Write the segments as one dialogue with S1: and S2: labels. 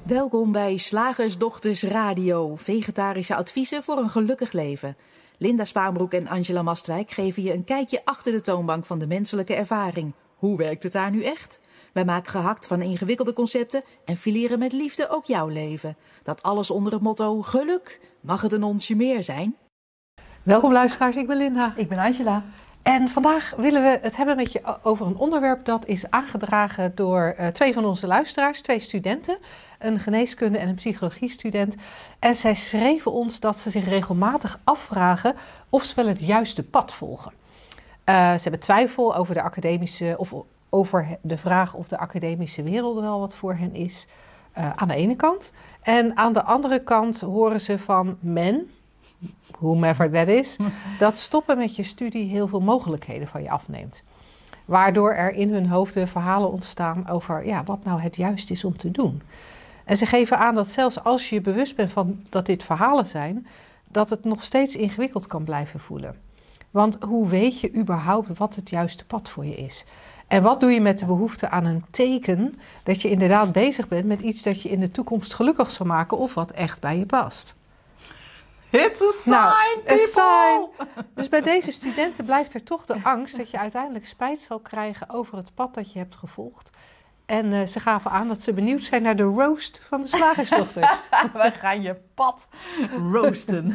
S1: Welkom bij Slagersdochters Radio, vegetarische adviezen voor een gelukkig leven. Linda Spaanbroek en Angela Mastwijk geven je een kijkje achter de toonbank van de menselijke ervaring. Hoe werkt het daar nu echt? Wij maken gehakt van ingewikkelde concepten en fileren met liefde ook jouw leven. Dat alles onder het motto geluk. Mag het een onsje meer zijn?
S2: Welkom luisteraars, ik ben Linda.
S3: Ik ben Angela.
S2: En vandaag willen we het hebben met je over een onderwerp dat is aangedragen door twee van onze luisteraars, twee studenten. Een geneeskunde en een psychologiestudent. En zij schreven ons dat ze zich regelmatig afvragen of ze wel het juiste pad volgen. Ze hebben twijfel over de academische, of over de vraag of de academische wereld wel wat voor hen is. Aan de ene kant. En aan de andere kant horen ze van men, whomever that is, dat stoppen met je studie heel veel mogelijkheden van je afneemt. Waardoor er in hun hoofden verhalen ontstaan over wat nou het juist is om te doen. En ze geven aan dat zelfs als je je bewust bent van dat dit verhalen zijn, dat het nog steeds ingewikkeld kan blijven voelen. Want hoe weet je überhaupt wat het juiste pad voor je is? En wat doe je met de behoefte aan een teken dat je inderdaad bezig bent met iets dat je in de toekomst gelukkig zal maken of wat echt bij je past?
S3: It's a sign,
S2: a sign.
S3: people!
S2: Dus bij deze studenten blijft er toch de angst dat je uiteindelijk spijt zal krijgen over het pad dat je hebt gevolgd. En ze gaven aan dat ze benieuwd zijn naar de roast van de slagersdochters.
S3: Wij gaan je pad roosten.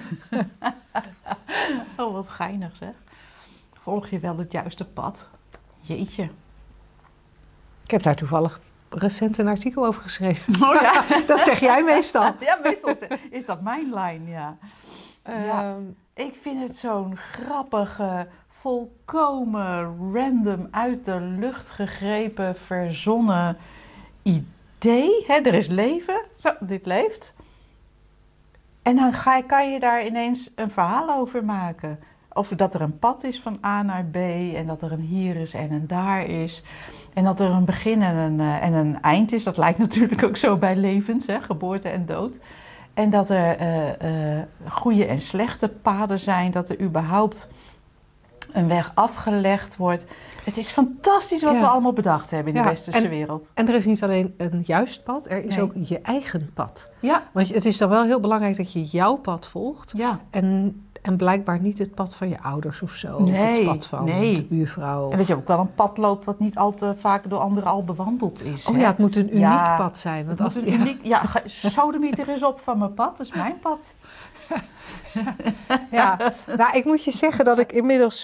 S3: Oh, wat geinig zeg. Volg je wel het juiste pad? Jeetje.
S2: Ik heb daar toevallig recent een artikel over geschreven.
S3: Oh ja?
S2: Dat zeg jij meestal.
S3: Ja, meestal is dat mijn lijn, ja. Ik vind het zo'n grappige, volkomen random, uit de lucht gegrepen, verzonnen idee. Hè, er is leven, zo, dit leeft. En dan kan je daar ineens een verhaal over maken. Of dat er een pad is van A naar B en dat er een hier is en een daar is. En dat er een begin en een eind is. Dat lijkt natuurlijk ook zo bij levens, hè, geboorte en dood. En dat er goede en slechte paden zijn. Dat er überhaupt een weg afgelegd wordt. Het is fantastisch wat we allemaal bedacht hebben in de westerse wereld.
S2: En er is niet alleen een juist pad, er is ook je eigen pad.
S3: Ja.
S2: Want het is dan wel heel belangrijk dat je jouw pad volgt.
S3: Ja.
S2: En blijkbaar niet het pad van je ouders of zo. Of het pad van de buurvrouw.
S3: En dat je ook wel een pad loopt wat niet al te vaak door anderen al bewandeld is.
S2: Oh hè? Ja, het moet een uniek pad zijn. Want
S3: het moet een uniek, sodemieter is op van mijn pad, dat is mijn pad.
S2: Ja, nou ik moet je zeggen dat ik inmiddels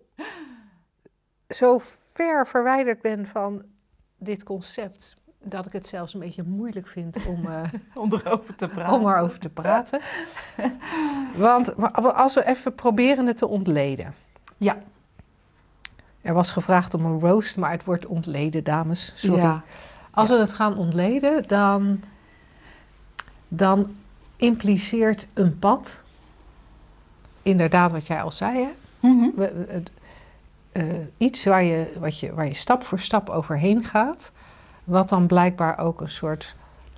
S2: zo ver verwijderd ben van dit concept, dat ik het zelfs een beetje moeilijk vind om erover te praten. Want als we even proberen het te ontleden.
S3: Ja.
S2: Er was gevraagd om een roast, maar het wordt ontleden, dames. Sorry. Ja. Als we het gaan ontleden, dan impliceert een pad, inderdaad wat jij al zei, hè?
S3: Mm-hmm.
S2: Iets waar je stap voor stap overheen gaat, wat dan blijkbaar ook een soort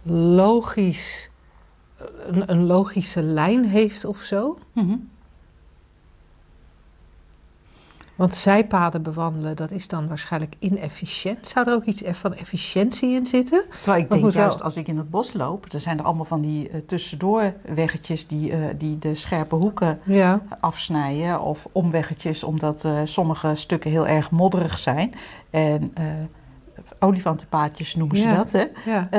S2: een logische lijn heeft of zo.
S3: Mm-hmm.
S2: Want zijpaden bewandelen, dat is dan waarschijnlijk inefficiënt. Zou er ook iets van efficiëntie in zitten?
S3: Terwijl ik denk juist als ik in het bos loop, er zijn er allemaal van die tussendoorweggetjes die de scherpe hoeken afsnijden. Of omweggetjes, omdat sommige stukken heel erg modderig zijn. En olifantenpaadjes noemen ze dat, hè?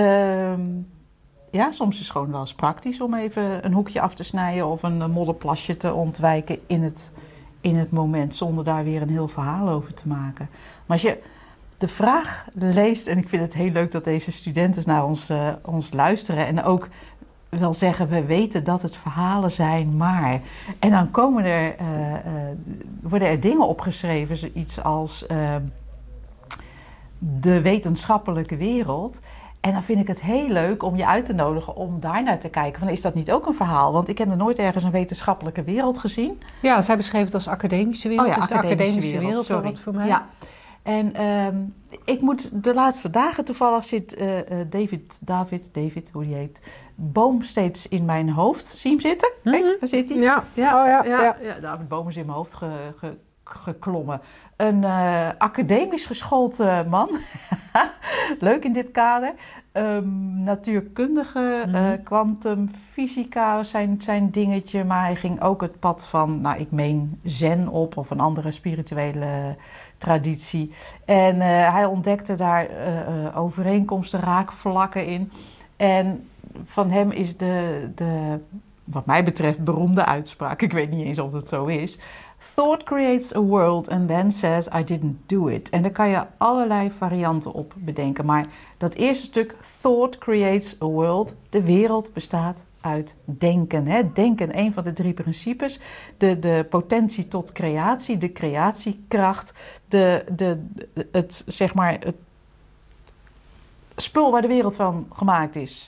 S3: Ja. Soms is het gewoon wel eens praktisch om even een hoekje af te snijden of een modderplasje te ontwijken in het moment, zonder daar weer een heel verhaal over te maken. Maar als je de vraag leest, en ik vind het heel leuk dat deze studenten naar ons luisteren en ook wel zeggen, we weten dat het verhalen zijn, maar. En dan worden er dingen opgeschreven, zoiets als de wetenschappelijke wereld. En dan vind ik het heel leuk om je uit te nodigen om daar naar te kijken. Van, is dat niet ook een verhaal? Want ik heb nog nooit ergens een wetenschappelijke wereld gezien.
S2: Ja, zij beschreven het als academische wereld.
S3: Oh ja,
S2: dus de academische wereld,
S3: sorry.
S2: Wat voor mij.
S3: Ja. En ik moet de laatste dagen toevallig zit David, hoe die heet, Boom steeds in mijn hoofd. Zie je hem zitten? Kijk, daar zit hij.
S2: Ja.
S3: Ja, David Boom is in mijn hoofd geklommen. Een academisch geschoold man. leuk in dit kader. Natuurkundige, kwantumfysica zijn dingetje. Maar hij ging ook het pad van, ik meen zen op of een andere spirituele traditie. En hij ontdekte daar overeenkomsten, raakvlakken in. En van hem is de, wat mij betreft, beroemde uitspraak. Ik weet niet eens of het zo is. Thought creates a world and then says I didn't do it. En daar kan je allerlei varianten op bedenken. Maar dat eerste stuk, thought creates a world. De wereld bestaat uit denken. Hè? Denken, een van de 3 principes. De potentie tot creatie, de creatiekracht. Het spul waar de wereld van gemaakt is.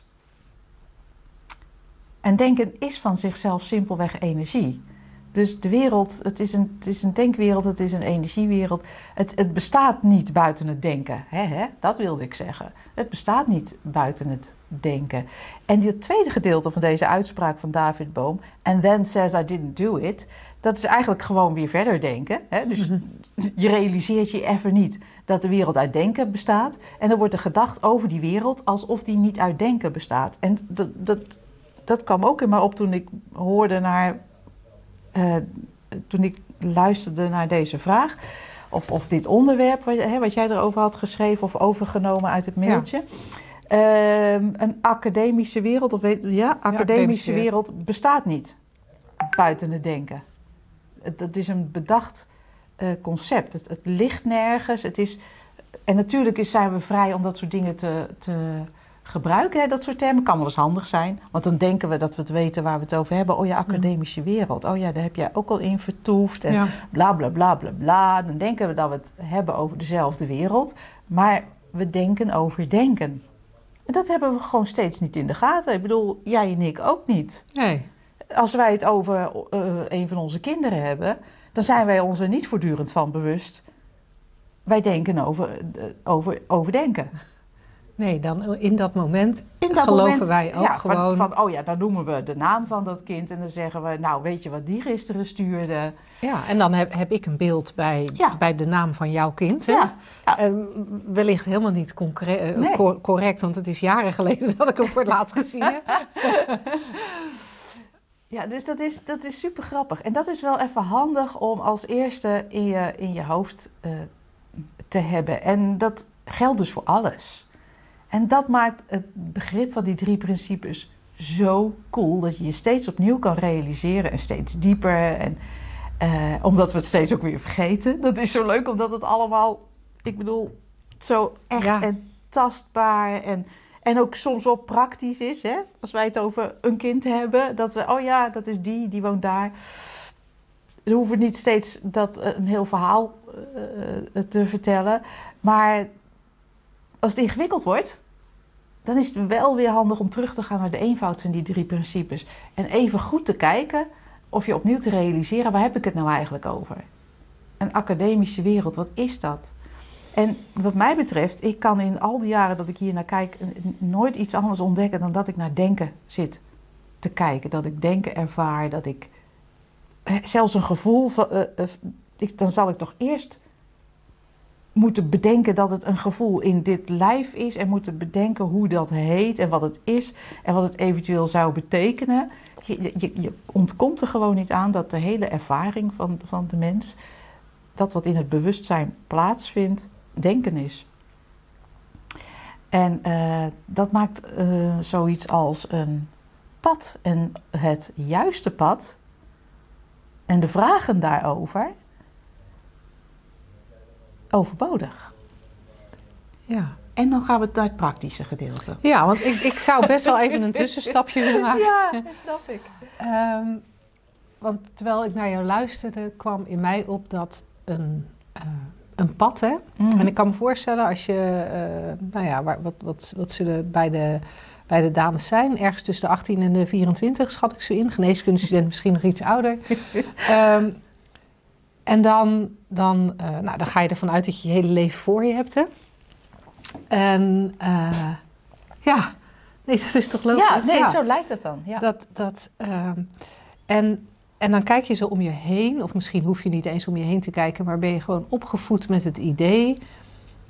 S3: En denken is van zichzelf simpelweg energie. Dus de wereld, het is een denkwereld, het is een energiewereld. Het bestaat niet buiten het denken. Dat wilde ik zeggen. Het bestaat niet buiten het denken. En het tweede gedeelte van deze uitspraak van David Bohm, and then says I didn't do it, dat is eigenlijk gewoon weer verder denken. Dus je realiseert je even niet dat de wereld uit denken bestaat. En dan wordt er gedacht over die wereld alsof die niet uit denken bestaat. En dat kwam ook in me op toen ik toen ik luisterde naar deze vraag, of dit onderwerp wat jij erover had geschreven of overgenomen uit het mailtje. Ja. Een academische wereld, academische wereld bestaat niet buiten het denken. Dat is een bedacht concept. Het ligt nergens. En natuurlijk zijn we vrij om dat soort dingen te gebruiken, dat soort termen. Kan wel eens handig zijn, want dan denken we dat we het weten waar we het over hebben. Oh ja, academische wereld. Oh ja, daar heb jij ook al in vertoefd. En bla bla bla bla bla. Dan denken we dat we het hebben over dezelfde wereld. Maar we denken over denken. En dat hebben we gewoon steeds niet in de gaten. Ik bedoel, jij en ik ook niet.
S2: Nee.
S3: Als wij het over een van onze kinderen hebben, dan zijn wij ons er niet voortdurend van bewust. Wij denken over denken.
S2: Nee, dan in dat moment geloven wij ook gewoon.
S3: Dan noemen we de naam van dat kind en dan zeggen we, nou weet je wat die gisteren stuurde.
S2: Ja, en dan heb ik een beeld bij de naam van jouw kind. Hè? Ja. Wellicht helemaal niet correct, want het is jaren geleden dat ik hem voor het laatst gezien heb.
S3: Ja, dus dat is super grappig. En dat is wel even handig om als eerste in je hoofd te hebben. En dat geldt dus voor alles. En dat maakt het begrip van die 3 principes zo cool, dat je je steeds opnieuw kan realiseren en steeds dieper. En omdat we het steeds ook weer vergeten. Dat is zo leuk, omdat het allemaal, zo echt en tastbaar en ook soms wel praktisch is. Hè? Als wij het over een kind hebben, dat we, dat is die woont daar. Dan hoeven we niet steeds een heel verhaal te vertellen. Maar als het ingewikkeld wordt, dan is het wel weer handig om terug te gaan naar de eenvoud van die 3 principes. En even goed te kijken of je opnieuw te realiseren, waar heb ik het nou eigenlijk over? Een academische wereld, wat is dat? En wat mij betreft, ik kan in al die jaren dat ik hier naar kijk nooit iets anders ontdekken dan dat ik naar denken zit te kijken. Dat ik denken ervaar, dat ik zelfs een gevoel van, dan zal ik toch eerst moeten bedenken dat het een gevoel in dit lijf is en moeten bedenken hoe dat heet en wat het is en wat het eventueel zou betekenen. Je ontkomt er gewoon niet aan dat de hele ervaring van de mens, dat wat in het bewustzijn plaatsvindt, denken is. En dat maakt zoiets als een pad en het juiste pad en de vragen daarover overbodig.
S2: Ja.
S3: En dan gaan we naar het praktische gedeelte.
S2: Ja, want ik zou best wel even een tussenstapje willen maken.
S3: Ja, dat snap ik.
S2: Want terwijl ik naar jou luisterde, kwam in mij op dat een pad, hè? Mm. En ik kan me voorstellen als je, wat zullen bij de dames zijn? Ergens tussen de 18 en de 24 schat ik zo in. Geneeskundestudent misschien nog iets ouder. En dan ga je ervan uit dat je je hele leven voor je hebt, hè? En dat is toch logisch?
S3: Ja, zo lijkt het dan. Ja.
S2: En dan kijk je zo om je heen, of misschien hoef je niet eens om je heen te kijken, maar ben je gewoon opgevoed met het idee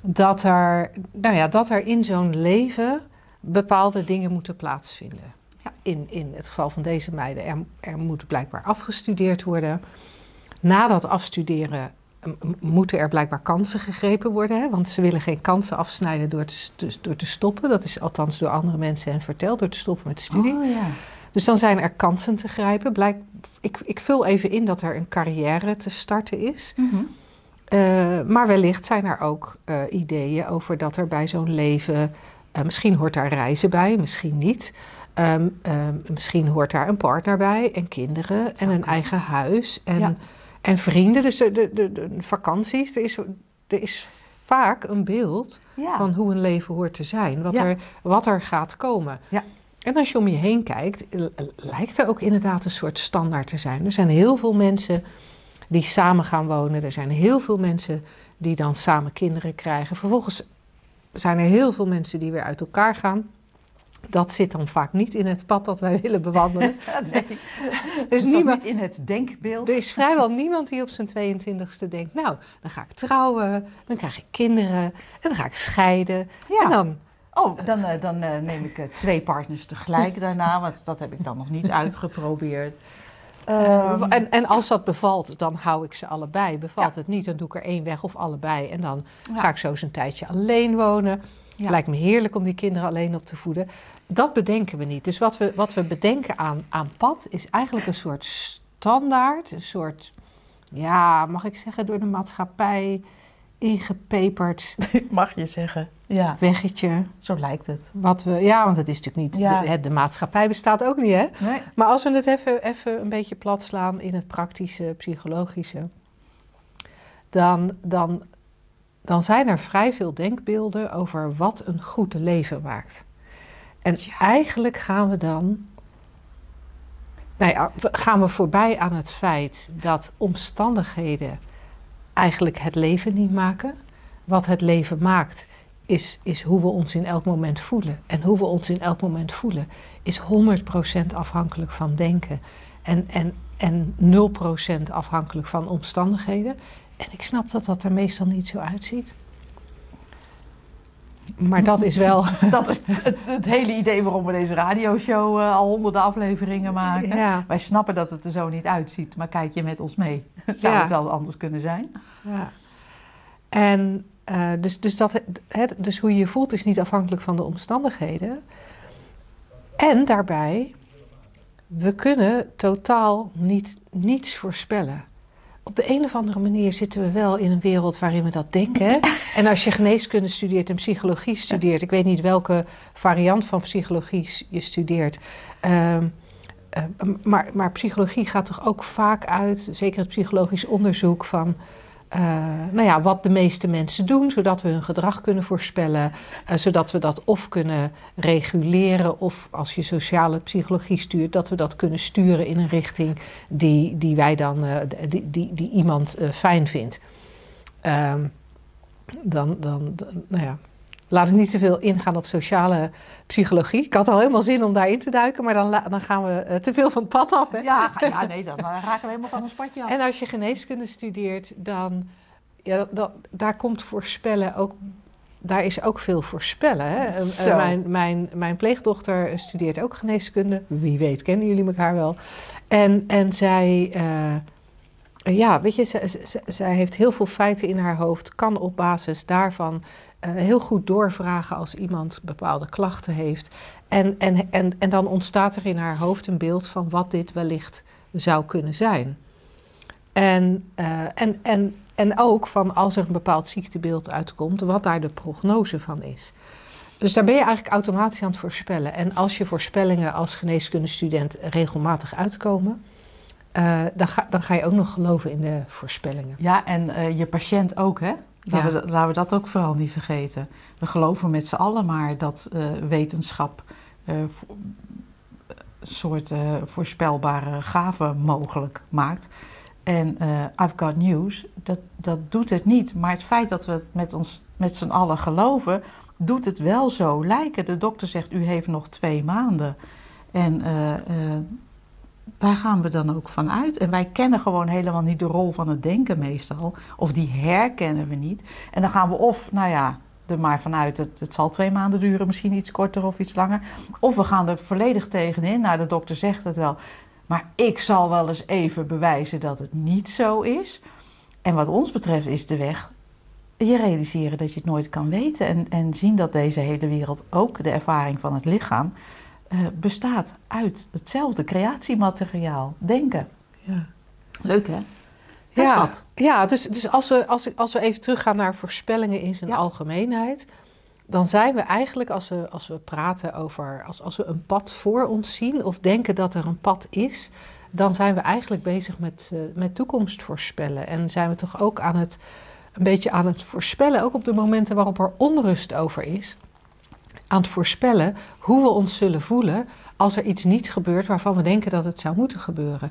S2: dat er in zo'n leven bepaalde dingen moeten plaatsvinden. Ja. In het geval van deze meiden, er moet blijkbaar afgestudeerd worden. Na dat afstuderen moeten er blijkbaar kansen gegrepen worden. Hè? Want ze willen geen kansen afsnijden door te stoppen. Dat is althans door andere mensen hen verteld, door te stoppen met de studie.
S3: Oh, ja.
S2: Dus dan zijn er kansen te grijpen. Ik vul even in dat er een carrière te starten is.
S3: Mm-hmm.
S2: Maar wellicht zijn er ook ideeën over dat er bij zo'n leven... misschien hoort daar reizen bij, misschien niet. Misschien hoort daar een partner bij en kinderen en een eigen huis en vrienden. Dus de vakanties. Er is vaak een beeld van hoe een leven hoort te zijn. Wat er gaat komen.
S3: Ja.
S2: En als je om je heen kijkt, lijkt er ook inderdaad een soort standaard te zijn. Er zijn heel veel mensen die samen gaan wonen. Er zijn heel veel mensen die dan samen kinderen krijgen. Vervolgens zijn er heel veel mensen die weer uit elkaar gaan. Dat zit dan vaak niet in het pad dat wij willen bewandelen.
S3: Nee,
S2: er is
S3: niet in het denkbeeld.
S2: Er is vrijwel niemand die op zijn 22e denkt... nou, dan ga ik trouwen, dan krijg ik kinderen en dan ga ik scheiden.
S3: Ja.
S2: En dan...
S3: dan neem ik 2 partners tegelijk daarna, want dat heb ik dan nog niet uitgeprobeerd.
S2: En als dat bevalt, dan hou ik ze allebei. Bevalt het niet, dan doe ik er 1 weg of allebei. En dan ga ik zo eens een tijdje alleen wonen. Ja. Lijkt me heerlijk om die kinderen alleen op te voeden. Dat bedenken we niet. Dus wat we bedenken aan pad is eigenlijk een soort standaard. Een soort, mag ik zeggen, door de maatschappij ingepeperd.
S3: Mag je zeggen. Ja.
S2: Weggetje.
S3: Zo lijkt het.
S2: Want het is natuurlijk niet... De maatschappij bestaat ook niet, hè?
S3: Nee.
S2: Maar als we het even een beetje plat slaan in het praktische, psychologische... Dan zijn er vrij veel denkbeelden over wat een goed leven maakt. En eigenlijk gaan we dan... gaan we voorbij aan het feit dat omstandigheden eigenlijk het leven niet maken. Wat het leven maakt is hoe we ons in elk moment voelen. En hoe we ons in elk moment voelen is 100% afhankelijk van denken. En 0% afhankelijk van omstandigheden. En ik snap dat er meestal niet zo uitziet. Maar dat is wel...
S3: Dat is het hele idee waarom we deze radioshow al honderden afleveringen maken.
S2: Ja.
S3: Wij snappen dat het er zo niet uitziet, maar kijk je met ons mee. Zou het wel anders kunnen zijn?
S2: Ja. En dus hoe je je voelt is niet afhankelijk van de omstandigheden. En daarbij, we kunnen totaal niets voorspellen. Op de een of andere manier zitten we wel in een wereld waarin we dat denken. En als je geneeskunde studeert en psychologie studeert... ik weet niet welke variant van psychologie je studeert... maar psychologie gaat toch ook vaak uit... zeker het psychologisch onderzoek van... wat de meeste mensen doen... zodat we hun gedrag kunnen voorspellen... zodat we dat of kunnen reguleren... of als je sociale psychologie stuurt... dat we dat kunnen sturen in een richting... die wij dan... die iemand fijn vindt. Laat ik niet te veel ingaan op sociale psychologie. Ik had al helemaal zin om daarin te duiken... maar dan gaan we te veel van het pad af. Hè?
S3: Dan raken we helemaal van ons padje af.
S2: En als je geneeskunde studeert, dan... daar komt voorspellen ook... Daar is ook veel voorspellen. Hè? Mijn pleegdochter studeert ook geneeskunde. Wie weet kennen jullie elkaar wel. En zij... zij heeft heel veel feiten in haar hoofd. Kan op basis daarvan heel goed doorvragen als iemand bepaalde klachten heeft. En dan ontstaat er in haar hoofd een beeld van wat dit wellicht zou kunnen zijn. En ook van als er een bepaald ziektebeeld uitkomt, wat daar de prognose van is. Dus daar ben je eigenlijk automatisch aan het voorspellen. En als je voorspellingen als geneeskundestudent regelmatig uitkomen, dan ga je ook nog geloven in de voorspellingen.
S3: Ja, en je patiënt ook, hè? Laten we dat ook vooral niet vergeten. We geloven met z'n allen maar dat wetenschap een soort voorspelbare gaven mogelijk maakt. En I've got news, dat doet het niet. Maar het feit dat we het met z'n allen geloven, doet het wel zo lijken. De dokter zegt, u heeft nog 2 maanden. En daar gaan we dan ook van uit. En wij kennen gewoon helemaal niet de rol van het denken meestal. Of die herkennen we niet. En dan gaan we of, er maar vanuit, het zal 2 maanden duren, misschien iets korter of iets langer. Of we gaan er volledig tegenin. De dokter zegt het wel. Maar ik zal wel eens even bewijzen dat het niet zo is. En wat ons betreft is de weg je realiseren dat je het nooit kan weten. En zien dat deze hele wereld, ook de ervaring van het lichaam, bestaat uit hetzelfde creatiemateriaal, denken.
S2: Ja.
S3: Leuk, hè?
S2: Ja, dus als we even teruggaan naar voorspellingen in zijn algemeenheid, dan zijn we eigenlijk, als we praten over, als we een pad voor ons zien of denken dat er een pad is, dan zijn we eigenlijk bezig met toekomst voorspellen. En zijn we toch ook een beetje aan het voorspellen, ook op de momenten waarop er onrust over is, aan het voorspellen hoe we ons zullen voelen als er iets niet gebeurt waarvan we denken dat het zou moeten gebeuren.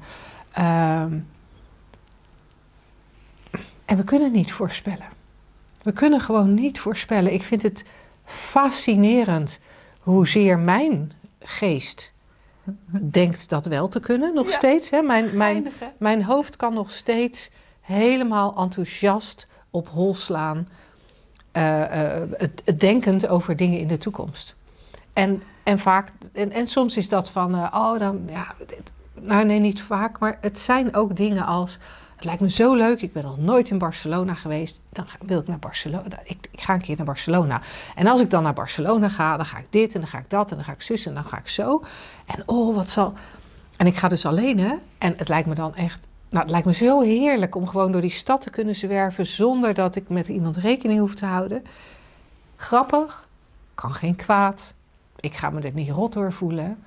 S2: En we kunnen niet voorspellen. We kunnen gewoon niet voorspellen. Ik vind het fascinerend hoezeer mijn geest denkt dat wel te kunnen, nog steeds. Hè? Mijn hoofd kan nog steeds helemaal enthousiast op hol slaan, het denkend over dingen in de toekomst. En vaak, en soms is dat van, nee, niet vaak, maar het zijn ook dingen als, het lijkt me zo leuk, ik ben nog nooit in Barcelona geweest, dan wil ik naar Barcelona, ik ga een keer naar Barcelona. En als ik dan naar Barcelona ga, dan ga ik dit en dan ga ik dat en dan ga ik zus en dan ga ik zo. En en ik ga dus alleen, hè, en het lijkt me dan echt, het lijkt me zo heerlijk om gewoon door die stad te kunnen zwerven zonder dat ik met iemand rekening hoef te houden. Grappig, kan geen kwaad. Ik ga me er niet rot door voelen.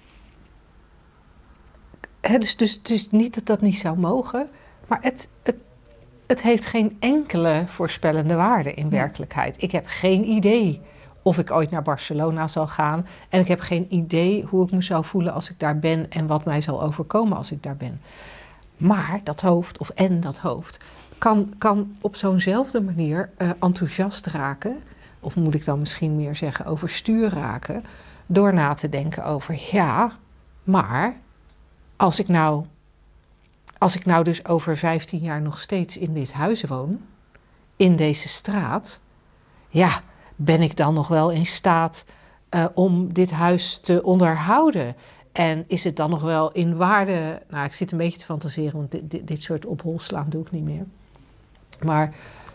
S2: Dus niet dat dat niet zou mogen, maar het heeft geen enkele voorspellende waarde in werkelijkheid. Ik heb geen idee of ik ooit naar Barcelona zal gaan. En ik heb geen idee hoe ik me zou voelen als ik daar ben en wat mij zal overkomen als ik daar ben. Maar dat hoofd, dat hoofd, kan op zo'nzelfde manier enthousiast raken, of moet ik dan misschien meer zeggen overstuur raken, door na te denken over, maar als ik nou dus over 15 jaar nog steeds in dit huis woon, in deze straat, ben ik dan nog wel in staat om dit huis te onderhouden? En is het dan nog wel in waarde? Nou, ik zit een beetje te fantaseren, want dit soort opholslaan doe ik niet meer. Maar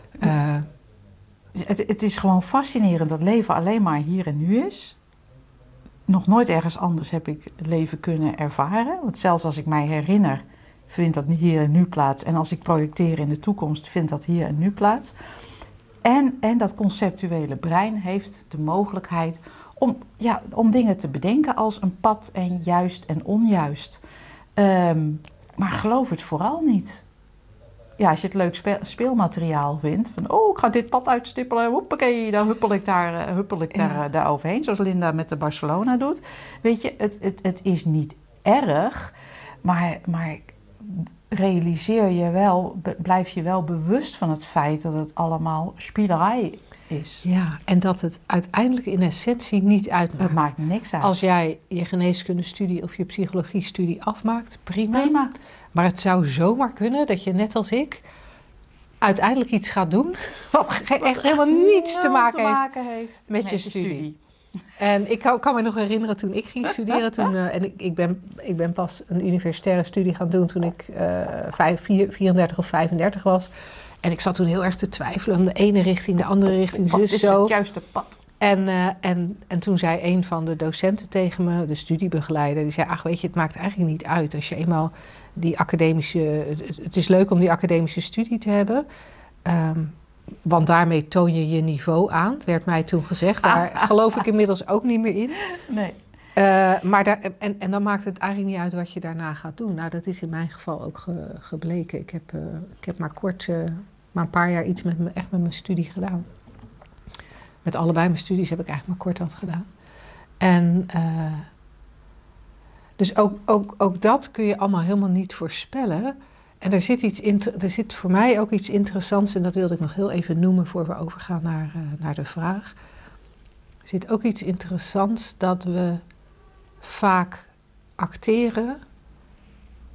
S3: het is gewoon fascinerend dat leven alleen maar hier en nu is. Nog nooit ergens anders heb ik leven kunnen ervaren. Want zelfs als ik mij herinner, vindt dat hier en nu plaats. En als ik projecteer in de toekomst, vindt dat hier en nu plaats. En dat conceptuele brein heeft de mogelijkheid om dingen te bedenken als een pad en juist en onjuist. Maar geloof het vooral niet. Ja, als je het leuk speelmateriaal vindt, van ik ga dit pad uitstippelen, hoppakee, dan huppel ik daar overheen, zoals Linda met de Barcelona doet. Weet je, het is niet erg, maar realiseer je wel, blijf je wel bewust van het feit dat het allemaal spielerij is.
S2: Ja, en dat het uiteindelijk in essentie niet uitmaakt.
S3: Het maakt niks uit.
S2: Als jij je geneeskundestudie of je psychologiestudie afmaakt, prima. Maar het zou zomaar kunnen dat je net als ik uiteindelijk iets gaat doen wat echt helemaal niets te maken heeft met je studie. En ik kan me nog herinneren toen ik ging studeren, en ik ben pas een universitaire studie gaan doen toen ik 34 of 35 was. En ik zat toen heel erg te twijfelen aan de ene richting, de andere richting.
S3: Wat is het juiste pad?
S2: En toen zei een van de docenten tegen me, de studiebegeleider, die zei, weet je, het maakt eigenlijk niet uit als je eenmaal die academische, het is leuk om die academische studie te hebben, want daarmee toon je je niveau aan, werd mij toen gezegd. Daar geloof ik inmiddels ook niet meer in.
S3: Nee.
S2: Maar dan maakt het eigenlijk niet uit wat je daarna gaat doen. Nou, dat is in mijn geval ook gebleken. Ik heb maar een paar jaar iets met mijn studie gedaan. Met allebei mijn studies heb ik eigenlijk maar kort wat gedaan. En dus ook dat kun je allemaal helemaal niet voorspellen. En er zit voor mij ook iets interessants, en dat wilde ik nog heel even noemen voor we overgaan naar de vraag. Er zit ook iets interessants dat we vaak acteren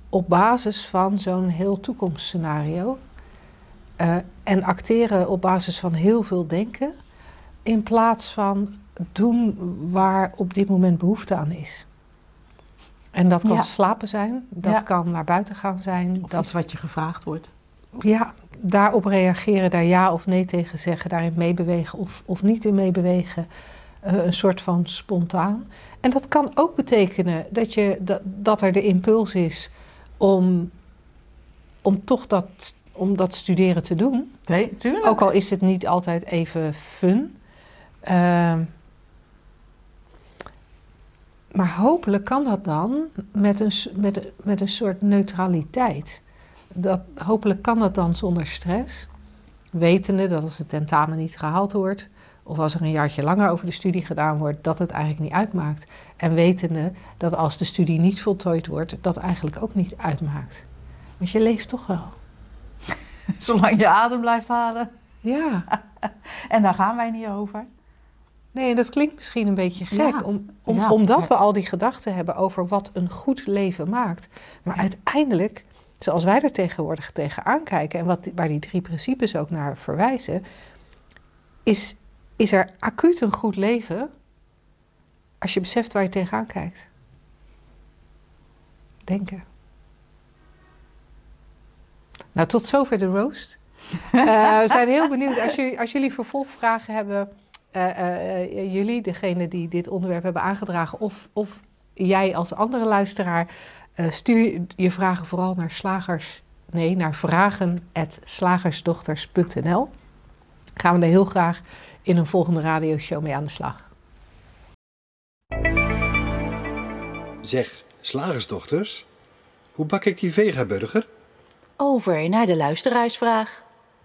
S2: op basis van zo'n heel toekomstscenario. En acteren op basis van heel veel denken. In plaats van doen waar op dit moment behoefte aan is. En dat kan slapen zijn. Dat kan naar buiten gaan zijn.
S3: Of iets wat je gevraagd wordt.
S2: Ja, daarop reageren, daar ja of nee tegen zeggen. Daarin meebewegen of niet in meebewegen. Een soort van spontaan. En dat kan ook betekenen dat er de impuls is om toch dat studeren te doen.
S3: Nee, tuurlijk.
S2: Ook al is het niet altijd even fun. Maar hopelijk kan dat dan met een soort neutraliteit. Hopelijk kan dat dan zonder stress. Wetende dat als het tentamen niet gehaald wordt, of als er een jaartje langer over de studie gedaan wordt, dat het eigenlijk niet uitmaakt. En wetende dat als de studie niet voltooid wordt, dat eigenlijk ook niet uitmaakt. Want je leeft toch wel.
S3: Zolang je adem blijft halen.
S2: Ja.
S3: En daar gaan wij niet over.
S2: Nee, en dat klinkt misschien een beetje gek, omdat we al die gedachten hebben over wat een goed leven maakt. Maar uiteindelijk, zoals wij er tegenwoordig tegenaan kijken en waar die 3 principes ook naar verwijzen, is er acuut een goed leven als je beseft waar je tegenaan kijkt. Denken. Nou, tot zover de roast. We zijn heel benieuwd als jullie vervolgvragen hebben. Jullie, degene die dit onderwerp hebben aangedragen, of jij als andere luisteraar, stuur je vragen vooral naar vragen@slagersdochters.nl. Gaan we er heel graag in een volgende radioshow mee aan de slag.
S4: Zeg, slagersdochters, hoe bak ik die vegaburger?
S1: Over naar de luisteraarsvraag.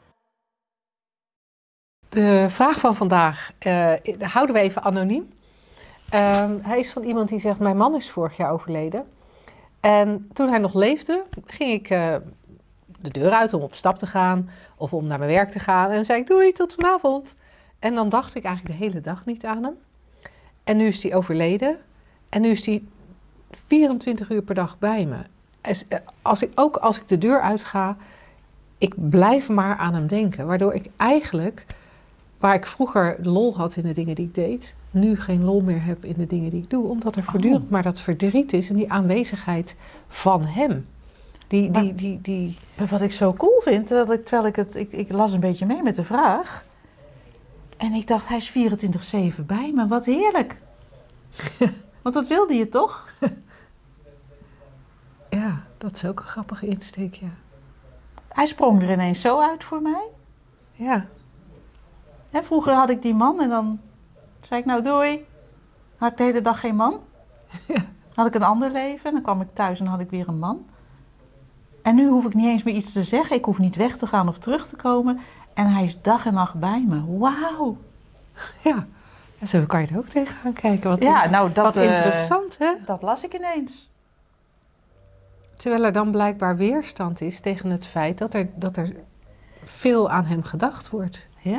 S2: De vraag van vandaag houden we even anoniem. Hij is van iemand die zegt, mijn man is vorig jaar overleden. En toen hij nog leefde, ging ik de deur uit om op stap te gaan of om naar mijn werk te gaan. En zei ik, doei, tot vanavond. En dan dacht ik eigenlijk de hele dag niet aan hem. En nu is hij overleden. En nu is hij 24 uur per dag bij me. Als ik de deur uitga, ik blijf maar aan hem denken. Waardoor ik eigenlijk, waar ik vroeger lol had in de dingen die ik deed, nu geen lol meer heb in de dingen die ik doe. Omdat er voortdurend maar dat verdriet is en die aanwezigheid van hem.
S3: Wat ik zo cool vind, ik las een beetje mee met de vraag. En ik dacht, hij is 24/7 bij me. Wat heerlijk. Want dat wilde je toch?
S2: Ja, dat is ook een grappige insteek, ja.
S3: Hij sprong er ineens zo uit voor mij.
S2: Ja.
S3: En vroeger had ik die man en dan zei ik, nou doei. Had ik de hele dag geen man.
S2: Ja.
S3: Had ik een ander leven en dan kwam ik thuis en had ik weer een man. En nu hoef ik niet eens meer iets te zeggen. Ik hoef niet weg te gaan of terug te komen. En hij is dag en nacht bij me. Wauw.
S2: Ja, en zo kan je er ook tegenaan kijken.
S3: Wat
S2: interessant, hè?
S3: Dat las ik ineens.
S2: Terwijl er dan blijkbaar weerstand is tegen het feit dat er veel aan hem gedacht wordt.
S3: Ja.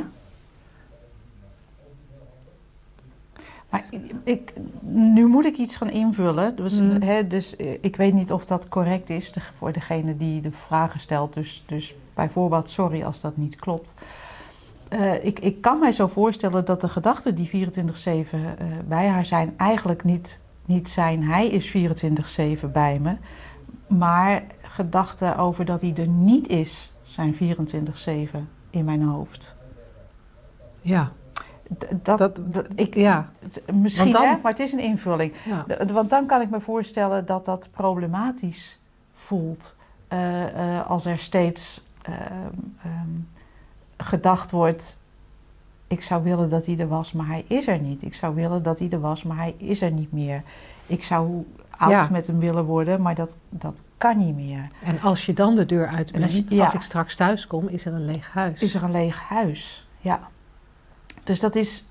S3: Maar nu moet ik iets gaan invullen. Dus ik weet niet of dat correct is voor degene die de vragen stelt. Dus bijvoorbeeld, sorry als dat niet klopt. Ik kan mij zo voorstellen dat de gedachten die 24/7 bij haar zijn, eigenlijk niet zijn, hij is 24/7 bij me. Maar gedachten over dat hij er niet is, zijn 24/7 in mijn hoofd.
S2: Ja.
S3: Misschien, maar het is een invulling. Ja. Want dan kan ik me voorstellen dat dat problematisch voelt. Als er steeds gedacht wordt, ik zou willen dat hij er was, maar hij is er niet. Ik zou willen dat hij er was, maar hij is er niet meer. Ik zou oud met hem willen worden, maar dat kan niet meer.
S2: En als je dan de deur uit bent, als ik straks thuis kom, is er een leeg huis.
S3: Is er een leeg huis, ja. Dus dat is...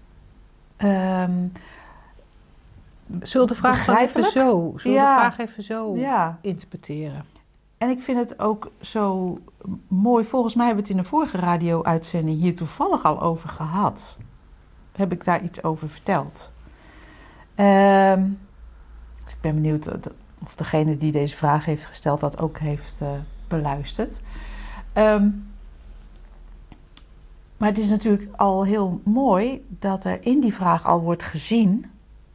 S2: Zullen we de vraag even zo interpreteren?
S3: En ik vind het ook zo mooi. Volgens mij hebben we het in de vorige radio-uitzending hier toevallig al over gehad. Heb ik daar iets over verteld? Dus ik ben benieuwd of degene die deze vraag heeft gesteld dat ook heeft beluisterd. Maar het is natuurlijk al heel mooi dat er in die vraag al wordt gezien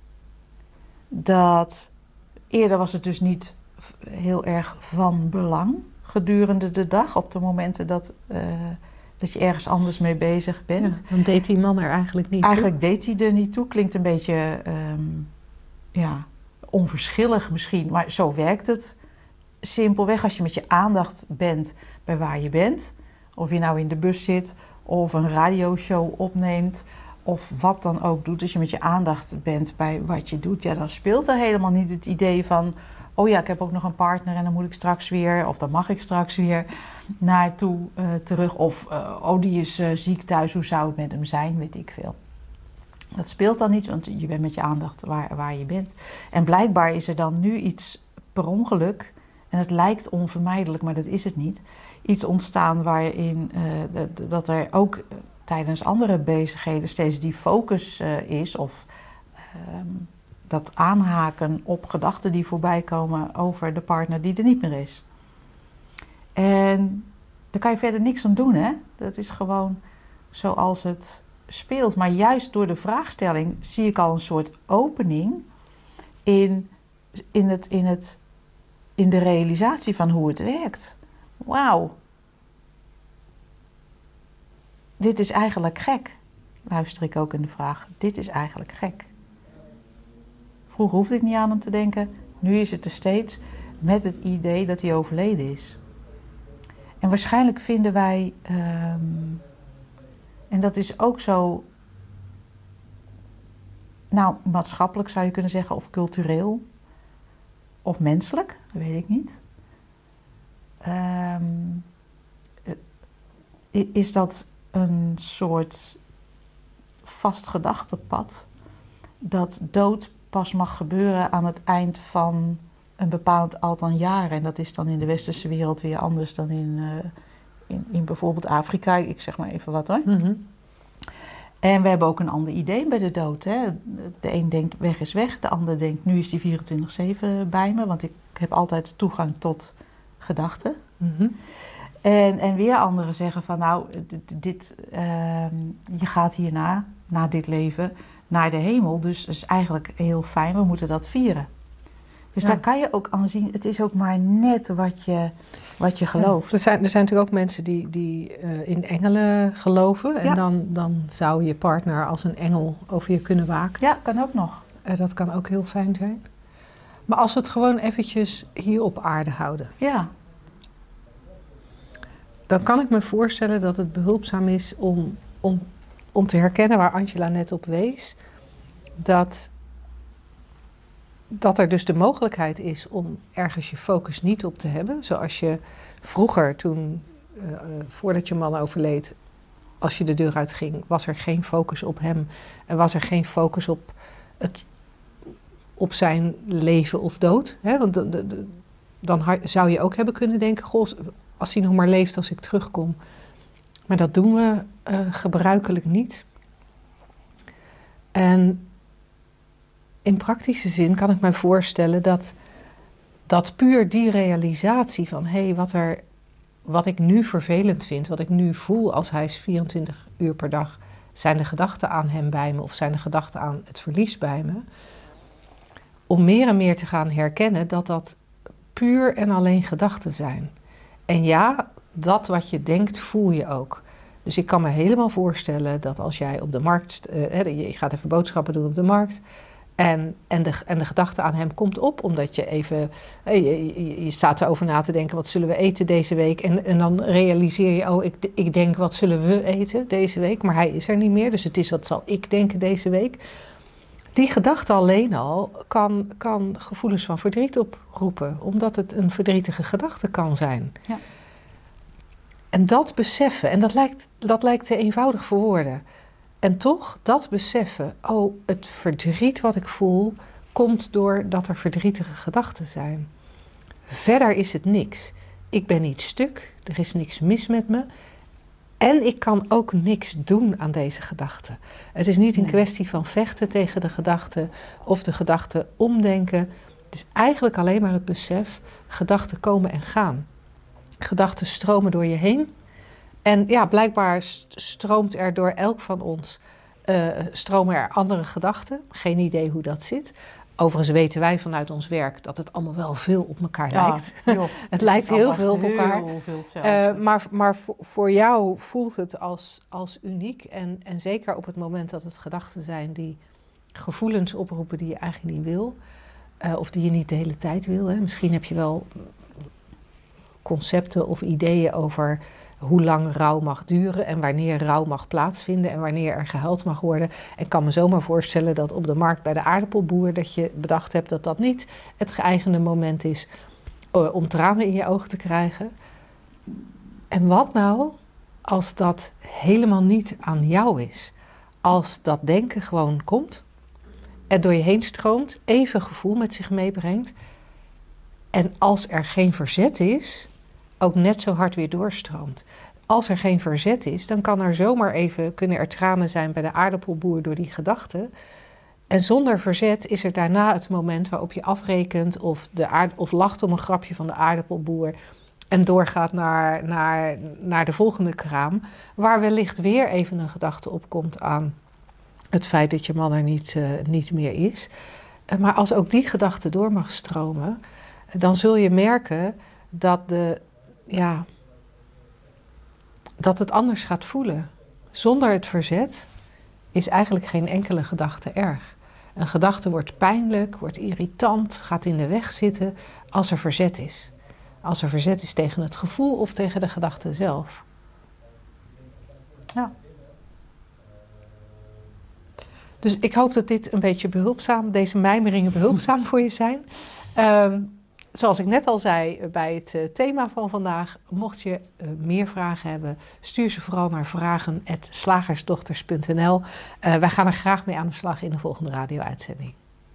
S3: dat eerder was het dus niet heel erg van belang gedurende de dag, op de momenten dat je ergens anders mee bezig bent.
S2: Ja, dan deed die man er eigenlijk niet
S3: Eigenlijk deed hij er niet toe. Klinkt een beetje onverschillig misschien, maar zo werkt het. Simpelweg als je met je aandacht bent bij waar je bent, of je nou in de bus zit of een radioshow opneemt of wat dan ook doet, als je met je aandacht bent bij wat je doet, ja, dan speelt er helemaal niet het idee van, oh ja, ik heb ook nog een partner en dan moet ik straks weer, of dan mag ik straks weer naartoe terug, of oh, die is ziek thuis, hoe zou het met hem zijn, weet ik veel. Dat speelt dan niet, want je bent met je aandacht waar je bent. En blijkbaar is er dan nu iets per ongeluk, en het lijkt onvermijdelijk, maar dat is het niet, iets ontstaan waarin dat er ook tijdens andere bezigheden steeds die focus is, of dat aanhaken op gedachten die voorbij komen over de partner die er niet meer is. En daar kan je verder niks aan doen, hè? Dat is gewoon zoals het speelt. Maar juist door de vraagstelling zie ik al een soort opening in de realisatie van hoe het werkt. Wauw. Dit is eigenlijk gek, luister ik ook in de vraag. Dit is eigenlijk gek. Vroeger hoefde ik niet aan hem te denken. Nu is het er steeds met het idee dat hij overleden is. En waarschijnlijk vinden wij, en dat is ook zo, nou, maatschappelijk zou je kunnen zeggen, of cultureel, of menselijk, dat weet ik niet. Is dat een soort vast gedachtenpad dat dood pas mag gebeuren aan het eind van een bepaald aantal jaren. En dat is dan in de westerse wereld weer anders dan in bijvoorbeeld Afrika. Ik zeg maar even wat hoor.
S2: Mm-hmm.
S3: En we hebben ook een ander idee bij de dood. Hè. De een denkt weg is weg, de ander denkt nu is die 24/7 bij me, want ik heb altijd toegang tot gedachten.
S2: Mm-hmm.
S3: En weer anderen zeggen van nou, je gaat hierna, na dit leven, naar de hemel. Dus het is eigenlijk heel fijn, we moeten dat vieren. Dus daar kan je ook aan zien, het is ook maar net wat je gelooft.
S2: Ja, er zijn natuurlijk ook mensen die in engelen geloven. En dan zou je partner als een engel over je kunnen waken.
S3: Ja, kan ook nog.
S2: Dat kan ook heel fijn zijn. Maar als we het gewoon eventjes hier op aarde houden.
S3: Ja.
S2: Dan kan ik me voorstellen dat het behulpzaam is om te herkennen waar Angela net op wees. Dat er dus de mogelijkheid is om ergens je focus niet op te hebben. Zoals je vroeger, voordat je man overleed, als je de deur uitging, was er geen focus op hem. En was er geen focus op zijn leven of dood. Hè? Want dan zou je ook hebben kunnen denken, goh, als hij nog maar leeft als ik terugkom. Maar dat doen we gebruikelijk niet. En in praktische zin kan ik mij voorstellen dat puur die realisatie van wat ik nu vervelend vind, wat ik nu voel als hij is 24 uur per dag, zijn de gedachten aan hem bij me of zijn de gedachten aan het verlies bij me, om meer en meer te gaan herkennen dat puur en alleen gedachten zijn. En ja, dat wat je denkt voel je ook. Dus ik kan me helemaal voorstellen dat als jij op de markt, je gaat even boodschappen doen op de markt, en de gedachte aan hem komt op, omdat je even, je staat erover na te denken, wat zullen we eten deze week? En dan realiseer je, oh, ik denk, wat zullen we eten deze week? Maar hij is er niet meer, dus het is, wat zal ik denken deze week? Die gedachte alleen al kan gevoelens van verdriet oproepen, omdat het een verdrietige gedachte kan zijn.
S3: Ja.
S2: En dat beseffen, en dat lijkt te eenvoudig voor woorden. En toch, dat beseffen, oh, het verdriet wat ik voel, komt doordat er verdrietige gedachten zijn. Verder is het niks. Ik ben niet stuk, er is niks mis met me. En ik kan ook niks doen aan deze gedachten. Het is niet een kwestie van vechten tegen de gedachten of de gedachten omdenken. Het is eigenlijk alleen maar het besef, gedachten komen en gaan. Gedachten stromen door je heen. En ja, blijkbaar stroomt er door elk van ons, stromen er andere gedachten. Geen idee hoe dat zit. Overigens weten wij vanuit ons werk dat het allemaal wel veel op elkaar lijkt.
S3: Joh,
S2: het lijkt heel veel op elkaar.
S3: Heel veel hetzelfde.
S2: Maar voor jou voelt het als uniek. En zeker op het moment dat het gedachten zijn die gevoelens oproepen die je eigenlijk niet wil. Of die je niet de hele tijd wil. Hè. Misschien heb je wel concepten of ideeën over hoe lang rouw mag duren en wanneer rouw mag plaatsvinden en wanneer er gehuild mag worden. En ik kan me zomaar voorstellen dat op de markt bij de aardappelboer dat je bedacht hebt dat dat niet het geëigende moment is om tranen in je ogen te krijgen. En wat nou als dat helemaal niet aan jou is? Als dat denken gewoon komt, er door je heen stroomt, even gevoel met zich meebrengt. En als er geen verzet is, ook net zo hard weer doorstroomt. Als er geen verzet is, dan kan er zomaar even, kunnen er tranen zijn bij de aardappelboer door die gedachte. En zonder verzet is er daarna het moment waarop je afrekent of lacht om een grapje van de aardappelboer en doorgaat naar de volgende kraam, waar wellicht weer even een gedachte opkomt aan het feit dat je man er niet meer is. Maar als ook die gedachte door mag stromen, dan zul je merken dat dat het anders gaat voelen. Zonder het verzet is eigenlijk geen enkele gedachte erg. Een gedachte wordt pijnlijk, wordt irritant, gaat in de weg zitten als er verzet is. Als er verzet is tegen het gevoel of tegen de gedachte zelf.
S3: Ja.
S2: Dus ik hoop dat dit een beetje behulpzaam, deze mijmeringen behulpzaam voor je zijn. Zoals ik net al zei bij het thema van vandaag, mocht je meer vragen hebben, stuur ze vooral naar vragen@slagersdochters.nl. Wij gaan er graag mee aan de slag in de volgende radio-uitzending.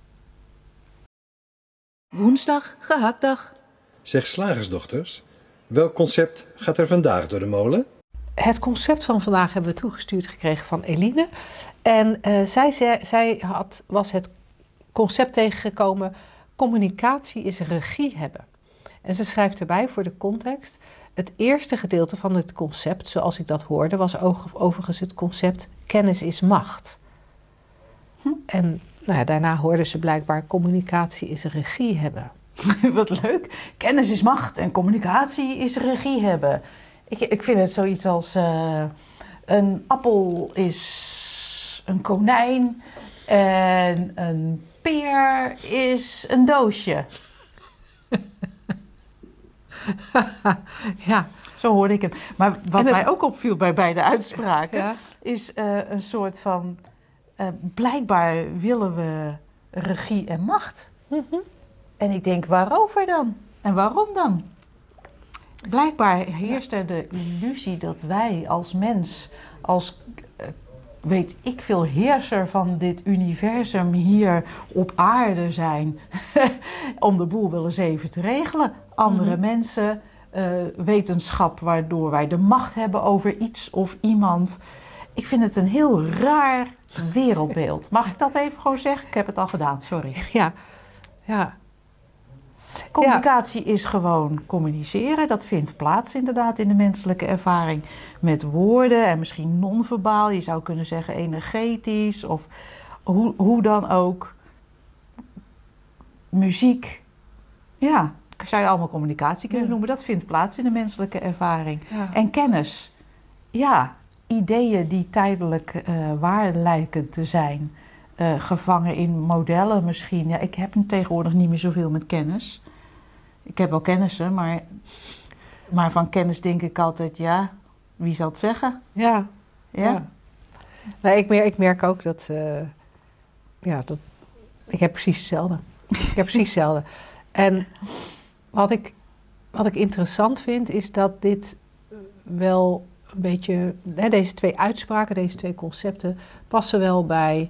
S1: Woensdag, gehaktdag.
S4: Zeg slagersdochters, welk concept gaat er vandaag door de molen?
S2: Het concept van vandaag hebben we toegestuurd gekregen van Eline. En zij was het concept tegengekomen: communicatie is regie hebben. En ze schrijft erbij voor de context: het eerste gedeelte van het concept, zoals ik dat hoorde, was overigens het concept kennis is macht. En daarna hoorde ze blijkbaar communicatie is regie hebben.
S3: Wat leuk. Kennis is macht en communicatie is regie hebben. Ik vind het zoiets als een appel is een konijn en een peer is een doosje.
S2: Ja.
S3: Zo hoorde ik het. Maar wat mij ook opviel bij beide uitspraken, is een soort van, blijkbaar willen we regie en macht.
S2: Mm-hmm.
S3: En ik denk, waarover dan? En waarom dan? Blijkbaar heerst er de illusie dat wij als mens, als weet ik veel, heerser van dit universum hier op aarde zijn, om de boel wel eens even te regelen. Andere mensen, wetenschap waardoor wij de macht hebben over iets of iemand. Ik vind het een heel raar wereldbeeld. Mag ik dat even gewoon zeggen? Ik heb het al gedaan, sorry.
S2: Ja.
S3: Communicatie is gewoon communiceren. Dat vindt plaats inderdaad in de menselijke ervaring met woorden en misschien non-verbaal. Je zou kunnen zeggen energetisch of hoe dan ook. Muziek. Ja, zou je allemaal communicatie kunnen noemen. Dat vindt plaats in de menselijke ervaring.
S2: Ja.
S3: En kennis. Ja, ideeën die tijdelijk waar lijken te zijn. Gevangen in modellen misschien. Ja, ik heb tegenwoordig niet meer zoveel met kennis. Ik heb wel kennissen, maar van kennis denk ik altijd, ja, wie zal het zeggen?
S2: Ja. Nee, ik merk ook dat ik heb precies hetzelfde. En wat ik interessant vind, is dat dit wel een beetje, deze twee uitspraken, deze twee concepten, passen wel bij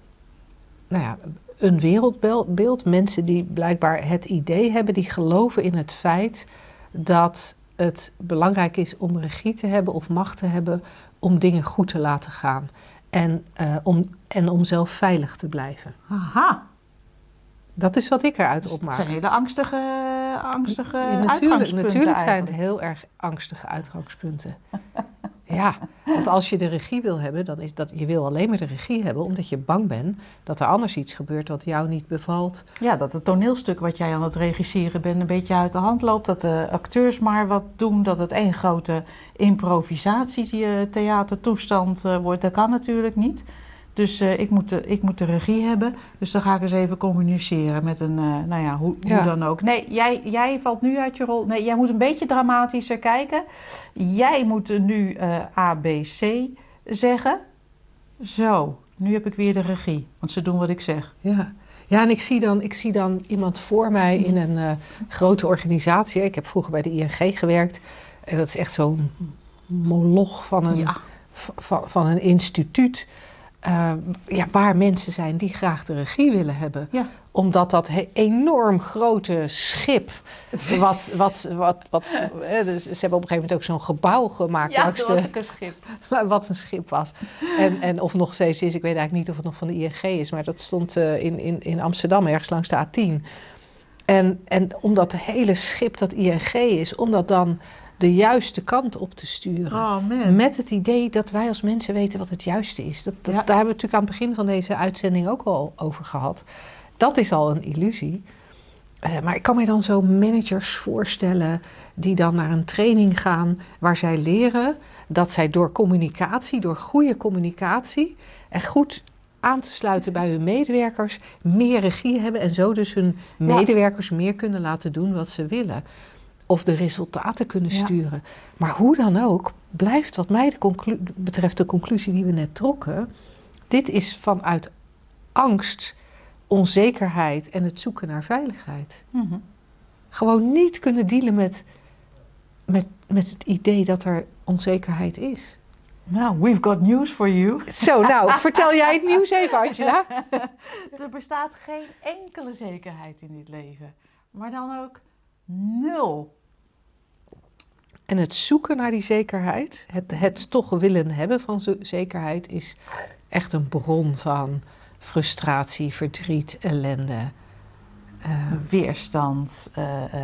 S2: een wereldbeeld. Mensen die blijkbaar het idee hebben, die geloven in het feit dat het belangrijk is om regie te hebben of macht te hebben om dingen goed te laten gaan. En om zelf veilig te blijven.
S3: Aha.
S2: Dat is wat ik eruit
S3: Het
S2: opmaak.
S3: zijn hele angstige
S2: Natuurlijk
S3: uitgangspunten
S2: zijn het
S3: eigenlijk.
S2: heel erg angstige uitgangspunten. Ja, want als je de regie wil hebben, dan is dat je wil alleen maar de regie hebben omdat je bang bent dat er anders iets gebeurt wat jou niet bevalt.
S3: Ja, dat het toneelstuk wat jij aan het regisseren bent een beetje uit de hand loopt. Dat de acteurs maar wat doen. Dat het één grote improvisatietheatertoestand wordt. Dat kan natuurlijk niet. Dus ik moet de regie hebben. Dus dan ga ik eens even communiceren met een, hoe dan ook. Nee, jij valt nu uit je rol. Nee, jij moet een beetje dramatischer kijken. Jij moet nu A, B, C zeggen. Zo, nu heb ik weer de regie. Want ze doen wat ik zeg.
S2: Ja, ja, en ik zie dan iemand voor mij in een grote organisatie. Ik heb vroeger bij de ING gewerkt. En dat is echt zo'n moloch van een instituut. Waar mensen zijn die graag de regie willen hebben.
S3: Ja.
S2: Omdat dat enorm grote schip, dus ze hebben op een gegeven moment ook zo'n gebouw gemaakt.
S3: Ja, dat was ook een schip.
S2: Wat een schip was. En of nog steeds is, ik weet eigenlijk niet of het nog van de ING is, maar dat stond in Amsterdam, ergens langs de A10. En omdat het hele schip dat ING is, om dat dan de juiste kant op te sturen.
S3: Oh, man.
S2: Met het idee dat wij als mensen weten wat het juiste is. Daar hebben we natuurlijk aan het begin van deze uitzending ook al over gehad. Dat is al een illusie. Maar ik kan me dan zo managers voorstellen die dan naar een training gaan waar zij leren dat zij door communicatie, door goede communicatie en goed aan te sluiten bij hun medewerkers, meer regie hebben en zo dus hun medewerkers meer kunnen laten doen wat ze willen. Of de resultaten kunnen sturen. Maar hoe dan ook, blijft wat mij betreft de conclusie die we net trokken. Dit is vanuit angst, onzekerheid en het zoeken naar veiligheid.
S3: Mm-hmm.
S2: Gewoon niet kunnen dealen met het idee dat er onzekerheid is.
S3: Nou, we've got news for you.
S2: Zo, nou, vertel jij het nieuws even, Angela.
S3: Er bestaat geen enkele zekerheid in dit leven. Maar dan ook 0.
S2: En het zoeken naar die zekerheid, het toch willen hebben van zekerheid, is echt een bron van frustratie, verdriet, ellende.
S3: Weerstand.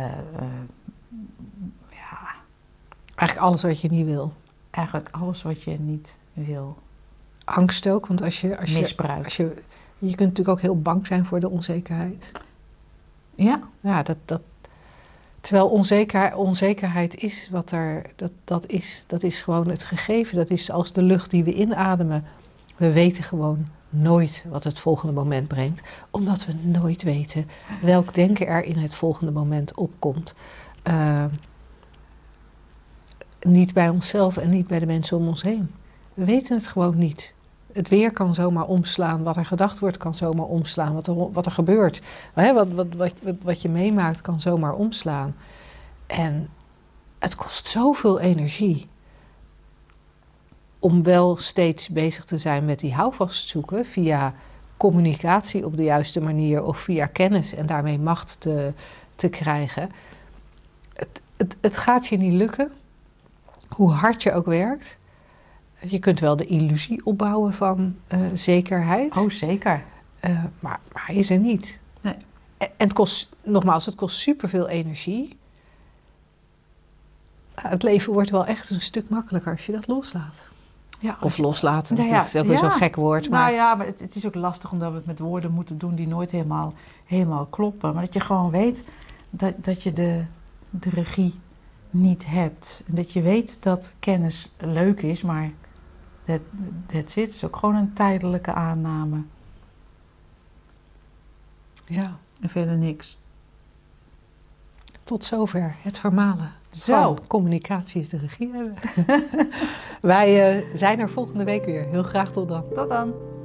S2: Eigenlijk alles wat je niet wil.
S3: Eigenlijk alles wat je niet wil.
S2: Angst ook, want
S3: Misbruik.
S2: je kunt natuurlijk ook heel bang zijn voor de onzekerheid.
S3: Ja.
S2: Ja, terwijl onzekerheid is wat er, dat is gewoon het gegeven. Dat is als de lucht die we inademen. We weten gewoon nooit wat het volgende moment brengt. Omdat we nooit weten welk denken er in het volgende moment opkomt. Niet bij onszelf en niet bij de mensen om ons heen. We weten het gewoon niet. Het weer kan zomaar omslaan. Wat er gedacht wordt kan zomaar omslaan. Wat er gebeurt. Wat je meemaakt kan zomaar omslaan. En het kost zoveel energie om wel steeds bezig te zijn met die houvast zoeken via communicatie op de juiste manier of via kennis en daarmee macht te krijgen. Het gaat je niet lukken, hoe hard je ook werkt. Je kunt wel de illusie opbouwen van zekerheid.
S3: Oh, zeker.
S2: Maar hij is er niet.
S3: Nee.
S2: En het kost superveel energie. Het leven wordt wel echt een stuk makkelijker als je dat loslaat.
S3: Ja,
S2: Of loslaten, dat is ook weer zo'n gek woord. Maar...
S3: Nou ja, maar het is ook lastig omdat we het met woorden moeten doen die nooit helemaal kloppen. Maar dat je gewoon weet dat je de regie niet hebt. En dat je weet dat kennis leuk is, maar that's it. Het is ook gewoon een tijdelijke aanname.
S2: Ja.
S3: En verder niks.
S2: Tot zover het vermalen.
S3: Zo.
S2: Van communicatie is de regie hebben. Wij zijn er volgende week weer. Heel graag tot dan.
S3: Tot dan.